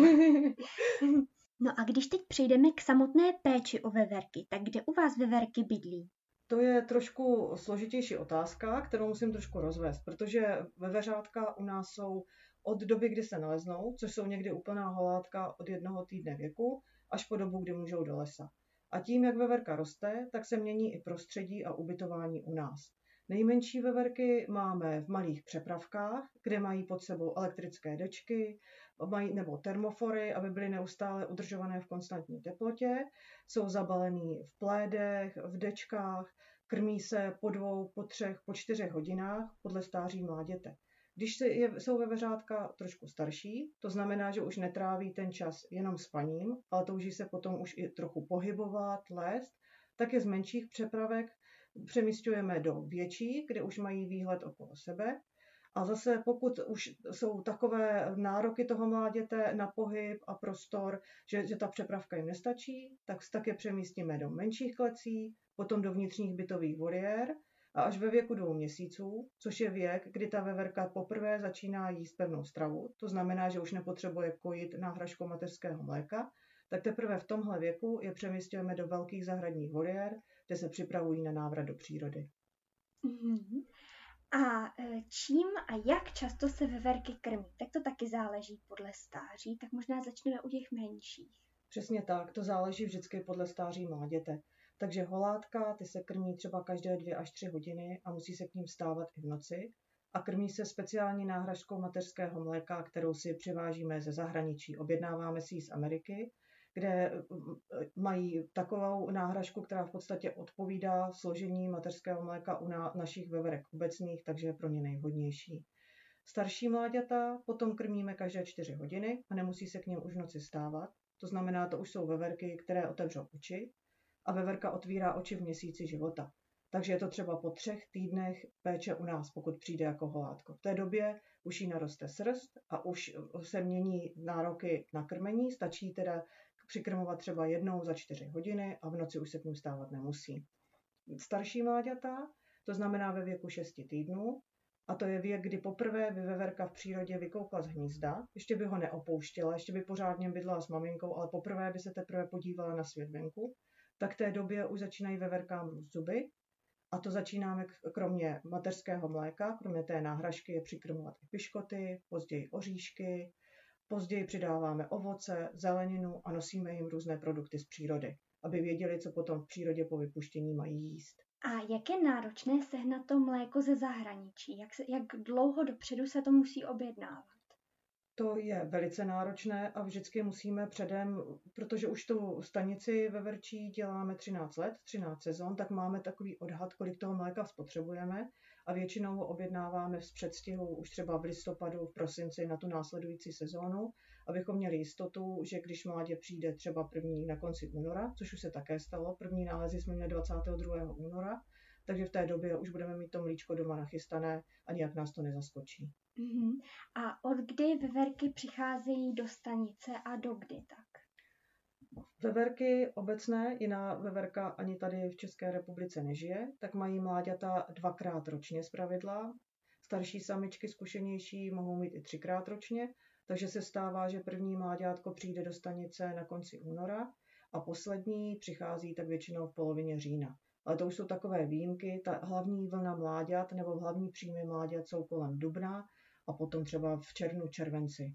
No a když teď přejdeme k samotné péči o veverky, tak kde u vás veverky bydlí? To je trošku složitější otázka, kterou musím trošku rozvést, protože veveřátka u nás jsou od doby, kdy se naleznou, což jsou někdy úplná holátka od jednoho týdne věku, až po dobu, kdy můžou do lesa. A tím, jak veverka roste, tak se mění i prostředí a ubytování u nás. Nejmenší veverky máme v malých přepravkách, kde mají pod sebou elektrické dečky mají, nebo termofory, aby byly neustále udržované v konstantní teplotě. Jsou zabalený v plédech, v dečkách, krmí se po dvou, po třech, po čtyřech hodinách podle stáří mláděte. Když jsou veveřátka trošku starší, to znamená, že už netráví ten čas jenom spaním, ale touží se potom už i trochu pohybovat, lézt, tak je z menších přepravek přemísťujeme do větších, kde už mají výhled okolo sebe A zase pokud už jsou takové nároky toho mláděte na pohyb a prostor, že, že ta přepravka jim nestačí, tak, tak je přemístíme do menších klecí, potom do vnitřních bytových voliér a až ve věku dvou měsíců, což je věk, kdy ta veverka poprvé začíná jíst pevnou stravu, to znamená, že už nepotřebuje kojit náhražkou mateřského mléka, tak teprve v tomhle věku je přemístíme do velkých zahradních voliér, kde se připravují na návrat do přírody. Mhm. A e, čím a jak často se veverky krmí? Tak to taky záleží podle stáří, tak možná začneme u těch menších. Přesně tak, to záleží vždycky podle stáří mláděte. Takže holátka, ty se krmí třeba každé dvě až tři hodiny a musí se k ním vstávat i v noci. A krmí se speciální náhražkou mateřského mléka, kterou si přivážíme ze zahraničí. Objednáváme si ji z Ameriky, kde mají takovou náhražku, která v podstatě odpovídá složení mateřského mléka u na, našich veverek obecných, takže je pro ně nejvhodnější. Starší mláďata potom krmíme každé čtyři hodiny a nemusí se k nim už v noci stávat. To znamená, to už jsou veverky, které otevřou oči a veverka otvírá oči v měsíci života. Takže je to třeba po třech týdnech péče u nás, pokud přijde jako holátko. V té době už jí naroste srst a už se mění nároky na krmení, stačí teda přikrmovat třeba jednou za čtyři hodiny a v noci už se k ním stávat nemusí. Starší mláďata, to znamená ve věku šesti týdnů, a to je věk, kdy poprvé by veverka v přírodě vykoukla z hnízda, ještě by ho neopouštěla, ještě by pořádně bydlela s maminkou, ale poprvé by se teprve podívala na svět venku, tak v té době už začínají veverkám růst zuby. A to začínáme kromě mateřského mléka, kromě té náhražky je přikrmovat i piškoty, později oříšky, později přidáváme ovoce, zeleninu a nosíme jim různé produkty z přírody, aby věděli, co potom v přírodě po vypuštění mají jíst. A jak je náročné sehnat to mléko ze zahraničí? Jak, se, jak dlouho dopředu se to musí objednávat? To je velice náročné a vždycky musíme předem, protože už tu stanici veverčí děláme třináct let, třináct sezon, tak máme takový odhad, kolik toho mléka spotřebujeme a většinou ho objednáváme z předstihu už třeba v listopadu, v prosinci na tu následující sezónu, abychom měli jistotu, že když mládě přijde třeba první na konci února, což už se také stalo, první nálezy jsme měli dvacátého druhého února, takže v té době už budeme mít to mlíčko doma nachystané a nijak nás to nezaskočí. Mhm. A od kdy veverky přicházejí do stanice a do kdy tak? Veverky obecné, jiná veverka ani tady v České republice nežije, tak mají mláďata dvakrát ročně zpravidla. Starší samičky zkušenější mohou mít i třikrát ročně, takže se stává, že první mláďátko přijde do stanice na konci února a poslední přichází tak většinou v polovině října. Ale to už jsou takové výjimky, ta hlavní vlna mláďat nebo hlavní příjmy mláďat jsou kolem dubna a potom třeba v červnu, červenci.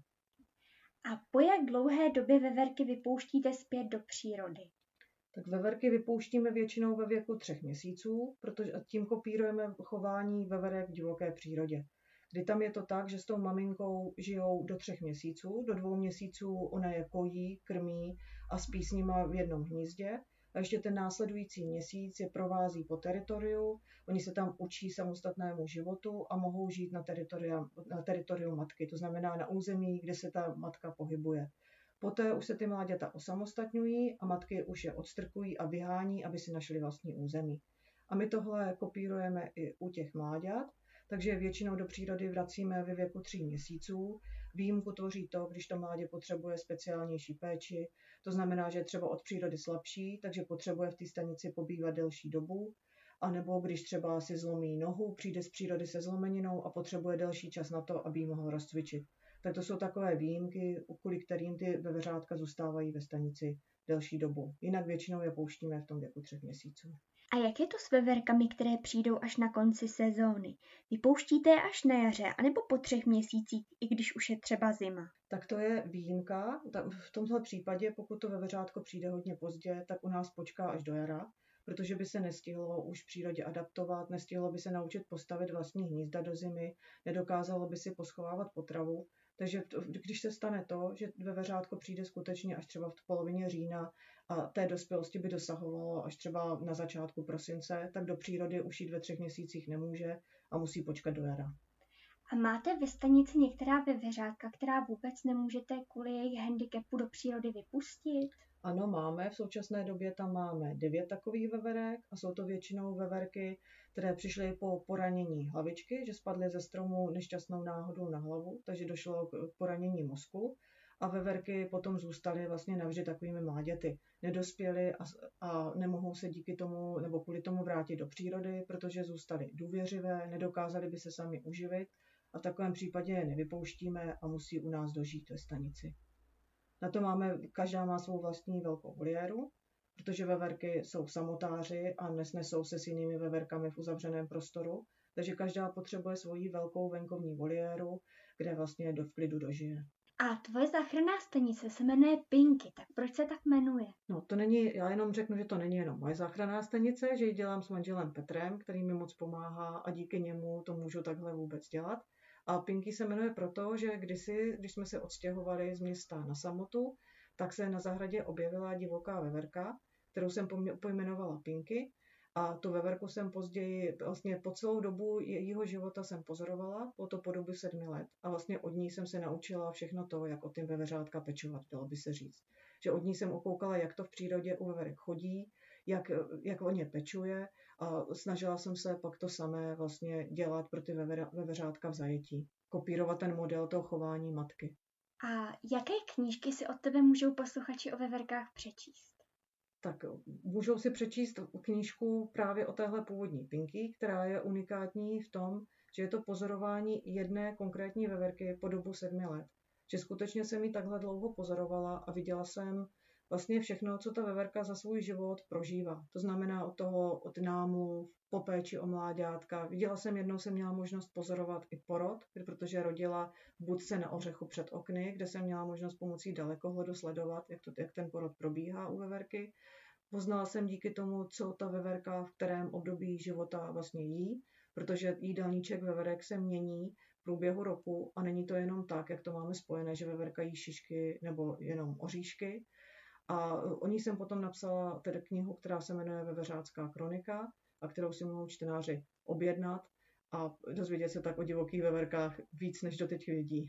A po jak dlouhé době veverky vypouštíte zpět do přírody? Tak veverky vypouštíme většinou ve věku třech měsíců, protože tím kopírujeme chování veverek v divoké přírodě. Kdy tam je to tak, že s tou maminkou žijou do třech měsíců, do dvou měsíců ona je kojí, krmí a spí s nima v jednom hnízdě. A ještě ten následující měsíc je provází po teritoriu, oni se tam učí samostatnému životu a mohou žít na, na teritoriu matky, to znamená na území, kde se ta matka pohybuje. Poté už se ty mláďata osamostatňují a matky už je odstrkují a vyhání, aby si našli vlastní území. A my tohle kopírujeme i u těch mláďat, takže většinou do přírody vracíme ve věku tří měsíců. Výjimku tvoří to, když to mládě potřebuje speciálnější péči, to znamená, že je třeba od přírody slabší, takže potřebuje v té stanici pobývat delší dobu, anebo když třeba si zlomí nohu, přijde z přírody se zlomeninou a potřebuje delší čas na to, aby ji mohl rozcvičit. Tak to jsou takové výjimky, kvůli kterým ty veveřátka zůstávají ve stanici delší dobu. Jinak většinou je pouštíme v tom věku třech měsíců. A jak je to s veverkami, které přijdou až na konci sezóny? Vypouštíte je až na jaře, anebo po třech měsících, i když už je třeba zima? Tak to je výjimka. V tomhle případě, pokud to veveřátko přijde hodně pozdě, tak u nás počká až do jara, protože by se nestihlo už v přírodě adaptovat, nestihlo by se naučit postavit vlastní hnízda do zimy, nedokázalo by si poschovávat potravu. Takže když se stane to, že veveřátko přijde skutečně až třeba v polovině října a té dospělosti by dosahovalo až třeba na začátku prosince, tak do přírody už jít ve třech měsících nemůže a musí počkat do jara. A máte ve stanici některá veveřátka, která vůbec nemůžete kvůli jejich handicapu do přírody vypustit? Ano, máme. V současné době tam máme devět takových veverek a jsou to většinou veverky, které přišly po poranění hlavičky, že spadly ze stromu nešťastnou náhodou na hlavu, takže došlo k poranění mozku. A veverky potom zůstaly vlastně navždy takovými mláďaty. Nedospěly a, a nemohou se díky tomu nebo kvůli tomu vrátit do přírody, protože zůstaly důvěřivé, nedokázali by se sami uživit a v takovém případě je nevypouštíme a musí u nás dožít ve stanici. Na to máme, každá má svou vlastní velkou voliéru, protože veverky jsou samotáři a nesnesou se s jinými veverkami v uzavřeném prostoru, takže každá potřebuje svoji velkou venkovní voliéru, kde vlastně do v klidu dožije. A tvoje záchranná stanice se jmenuje Pinky, tak proč se tak jmenuje? No, to není, já jenom řeknu, že to není jenom moje záchranná stanice, že ji dělám s manželem Petrem, který mi moc pomáhá a díky němu to můžu takhle vůbec dělat. A Pinky se jmenuje proto, že kdysi, když jsme se odstěhovali z města na samotu, tak se na zahradě objevila divoká veverka, kterou jsem pojmenovala Pinky. A tu veverku jsem později, vlastně po celou dobu jejího života jsem pozorovala, bylo to po dobu sedmi let. A vlastně od ní jsem se naučila všechno to, jak o tím veveřátka pečovat, dalo by se říct. Že od ní jsem okoukala, jak to v přírodě u veverek chodí, jak, jak o ně pečuje a snažila jsem se pak to samé vlastně dělat pro ty vever, veveřátka v zajetí. Kopírovat ten model toho chování matky. A jaké knížky si od tebe můžou posluchači o veverkách přečíst? Tak můžou si přečíst knížku právě o téhle původní Pinky, která je unikátní v tom, že je to pozorování jedné konkrétní veverky po dobu sedmi let. Že skutečně jsem ji takhle dlouho pozorovala a viděla jsem vlastně všechno, co ta veverka za svůj život prožívá. To znamená od toho, od námu, po péči o mláďátka. Viděla jsem, jednou jsem měla možnost pozorovat i porod, protože rodila v budce na ořechu před okny, kde jsem měla možnost pomocí dalekohledu sledovat, jak, to, jak ten porod probíhá u veverky. Poznala jsem díky tomu, co ta veverka v kterém období života vlastně jí, protože jídelníček veverek se mění v průběhu roku a není to jenom tak, jak to máme spojené, že veverka jí šišky nebo jenom oříšky. A o ní jsem potom napsala tedy knihu, která se jmenuje Veveřácká kronika a kterou si mohou čtenáři objednat a dozvědět se tak o divokých veverkách víc, než doteď vědí.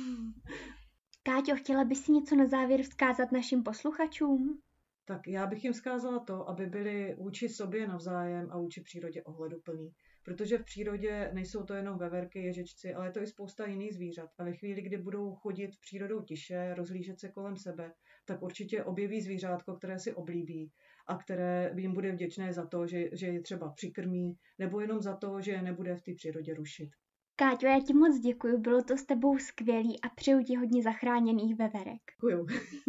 Káťo, chtěla bys si něco na závěr vzkázat našim posluchačům? Tak já bych jim vzkázala to, aby byli vůči sobě navzájem a vůči přírodě ohleduplní. Protože v přírodě nejsou to jenom veverky, ježečci, ale je to i spousta jiných zvířat. A ve chvíli, kdy budou chodit přírodou tiše, rozhlížet se kolem sebe, tak určitě objeví zvířátko, které si oblíbí a které jim bude vděčné za to, že, že je třeba přikrmí, nebo jenom za to, že je nebude v té přírodě rušit. Káťo, já ti moc děkuji, bylo to s tebou skvělý a přeju ti hodně zachráněných veverek. Děkuju.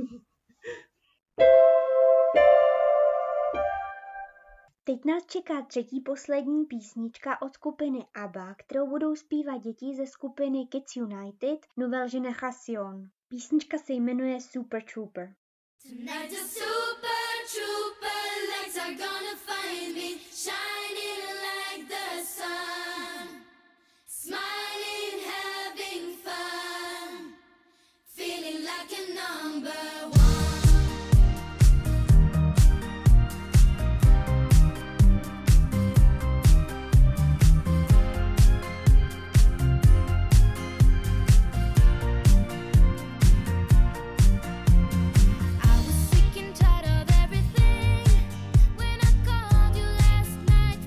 Teď nás čeká třetí poslední písnička od skupiny ABBA, kterou budou zpívat děti ze skupiny Kids United Nouvelle Génération. Písnička se jmenuje Super Trooper. Tonight a super trooper lights are gonna find me, shining like the sun, smiling, having fun, feeling like a number one. I was sick and tired of everything. When I called you last night,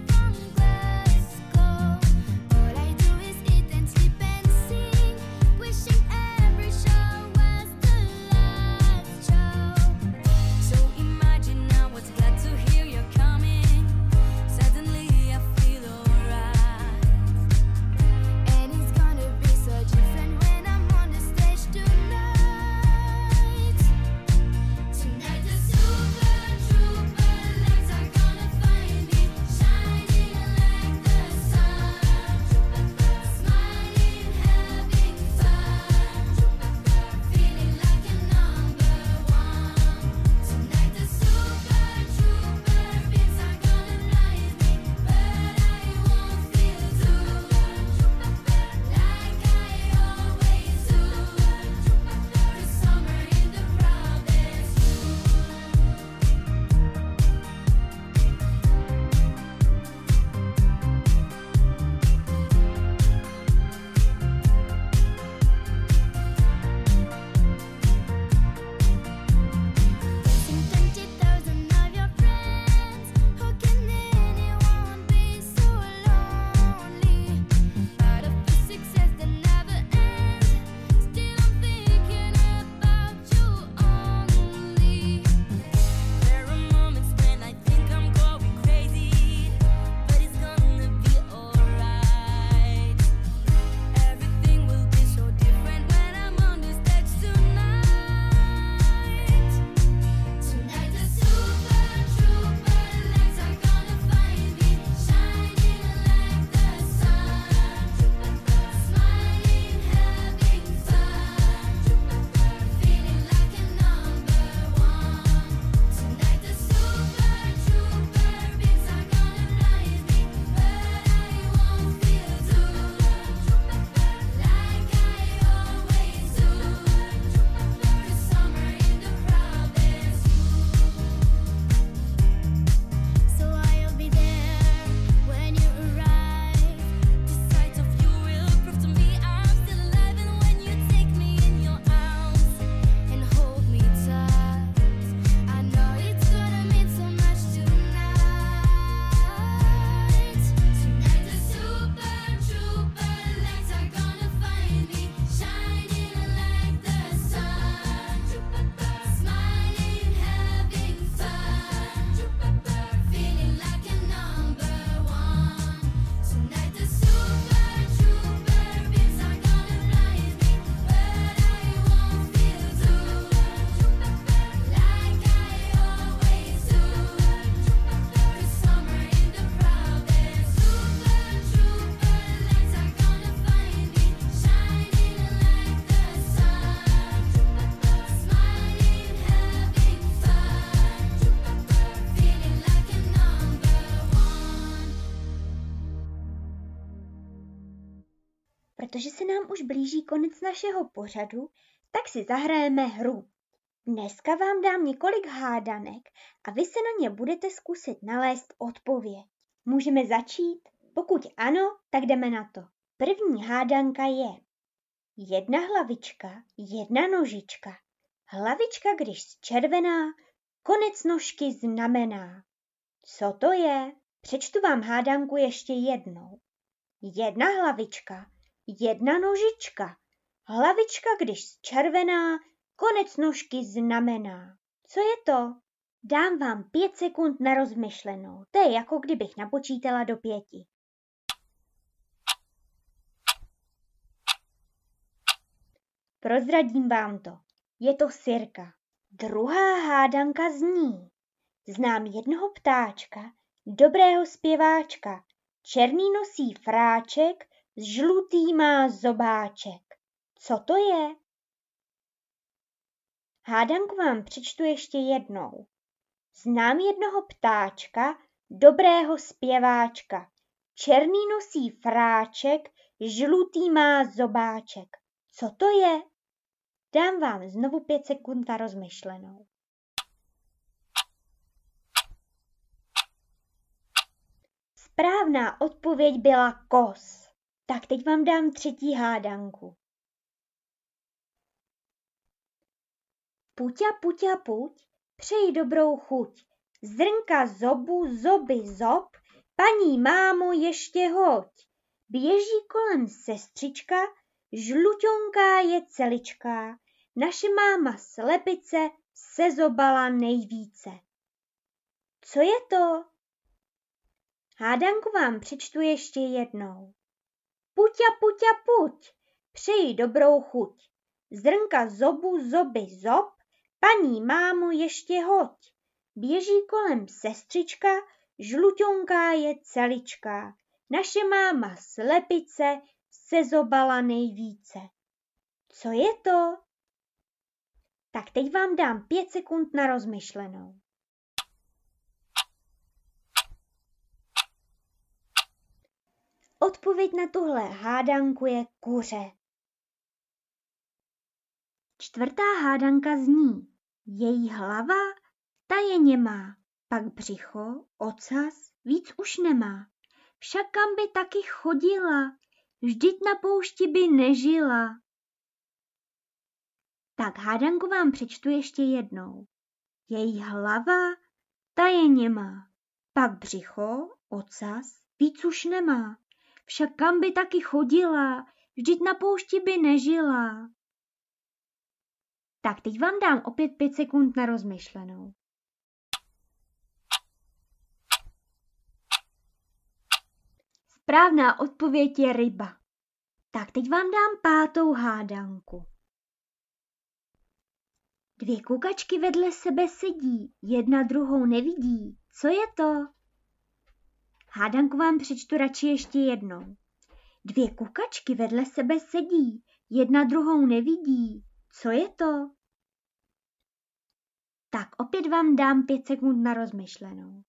protože se nám už blíží konec našeho pořadu, tak si zahrajeme hru. Dneska vám dám několik hádanek a vy se na ně budete zkusit nalézt odpověď. Můžeme začít? Pokud ano, tak jdeme na to. První hádanka je jedna hlavička, jedna nožička. Hlavička, když zčervená, konec nožky znamená. Co to je? Přečtu vám hádanku ještě jednou. Jedna hlavička, jedna nožička. Hlavička, když zčervená, konec nožky znamená. Co je to? Dám vám pět sekund na rozmyšlenou. To je jako kdybych napočítala do pěti. Prozradím vám to. Je to sirka. Druhá hádanka zní. Znám jednoho ptáčka, dobrého zpěváčka. Černý nosí fráček, žlutý má zobáček. Co to je? Hádanku vám přečtu ještě jednou. Znám jednoho ptáčka, dobrého zpěváčka. Černý nosí fráček, žlutý má zobáček. Co to je? Dám vám znovu pět sekund na rozmyšlenou. Správná odpověď byla kos. Tak teď vám dám třetí hádanku. Puťa, puťa, puť, přeji dobrou chuť. Zrnka zobu, zoby zob, paní mámo ještě hoď. Běží kolem sestřička, žluťonká je celičká. Naše máma slepice se zobala nejvíce. Co je to? Hádanku vám přečtu ještě jednou. Puťa, puťa, puť, přeji dobrou chuť. Zrnka zobu, zoby zob, paní mámo ještě hoď. Běží kolem sestřička, žluťonká je celičká. Naše máma slepice se zobala nejvíce. Co je to? Tak teď vám dám pět sekund na rozmyšlenou. Odpověď na tuhle hádanku je kuře. Čtvrtá hádanka zní. Její hlava, ta je němá, pak břicho, ocas, víc už nemá. Však kam by taky chodila, vždyť na poušti by nežila. Tak hádanku vám přečtu ještě jednou. Její hlava, ta je němá, pak břicho, ocas, víc už nemá. Však kam by taky chodila, vždyť na poušti by nežila. Tak teď vám dám opět pět sekund na rozmyšlenou. Správná odpověď je ryba. Tak teď vám dám pátou hádanku. Dvě kukačky vedle sebe sedí, jedna druhou nevidí. Co je to? Hádanku vám přečtu radši ještě jednou. Dvě kukačky vedle sebe sedí, jedna druhou nevidí. Co je to? Tak opět vám dám pět sekund na rozmyšlenou.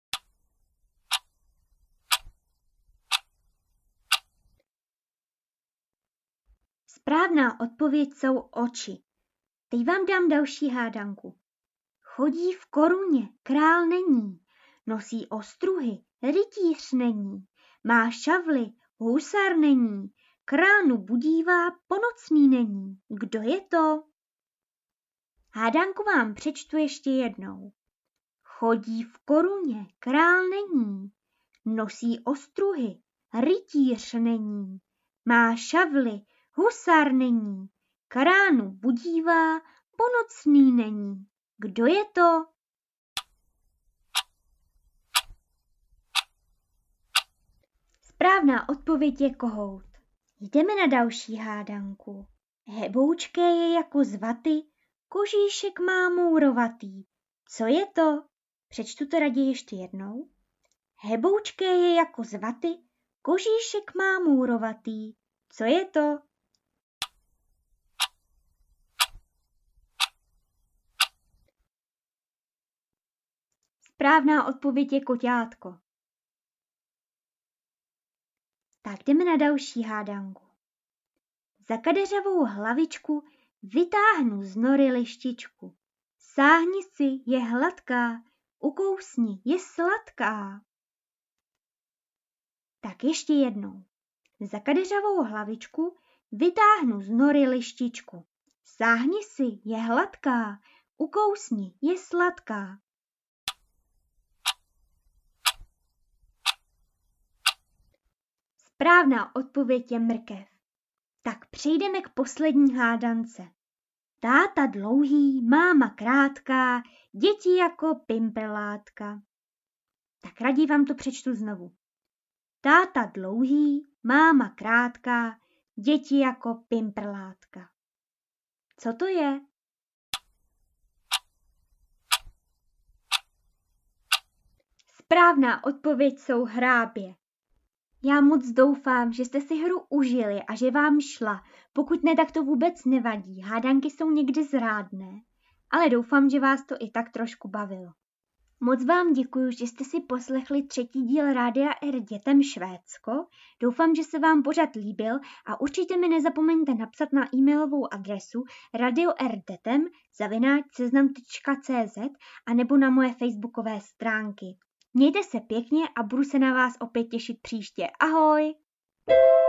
Správná odpověď jsou oči. Teď vám dám další hádanku. Chodí v koruně, král není, nosí ostruhy, rytíř není, má šavly, husar není, kránu budívá, ponocný není. Kdo je to? Hádanku vám přečtu ještě jednou. Chodí v koruně, král není, nosí ostruhy, rytíř není, má šavly, husar není, kránu budívá, ponocný není. Kdo je to? Správná odpověď je kohout. Jdeme na další hádanku. Heboučké je jako z vaty, kožíšek má mourovatý. Co je to? Přečtu to raději ještě jednou. Heboučké je jako z vaty, kožíšek má mourovatý. Co je to? Správná odpověď je koťátko. Tak jdeme na další hádanku. Za kadeřavou hlavičku vytáhnu z nory lištičku. Sáhni si, je hladká, ukousni, je sladká. Tak ještě jednou. Za kadeřavou hlavičku vytáhnu z nory lištičku. Sáhni si, je hladká, ukousni, je sladká. Správná odpověď je mrkev. Tak přejdeme k poslední hádance. Táta dlouhý, máma krátká, děti jako pimperlátka. Tak raději vám to přečtu znovu. Táta dlouhý, máma krátká, děti jako pimperlátka. Co to je? Správná odpověď jsou hrábě. Já moc doufám, že jste si hru užili a že vám šla. Pokud ne, tak to vůbec nevadí. Hádanky jsou někdy zrádné, ale doufám, že vás to i tak trošku bavilo. Moc vám děkuji, že jste si poslechli třetí díl Rádia R Dětem Švédsko. Doufám, že se vám pořad líbil a určitě mi nezapomeňte napsat na e-mailovou adresu radioerdetem zavináč seznam tečka cé zet a nebo na moje facebookové stránky. Mějte se pěkně a budu se na vás opět těšit příště. Ahoj!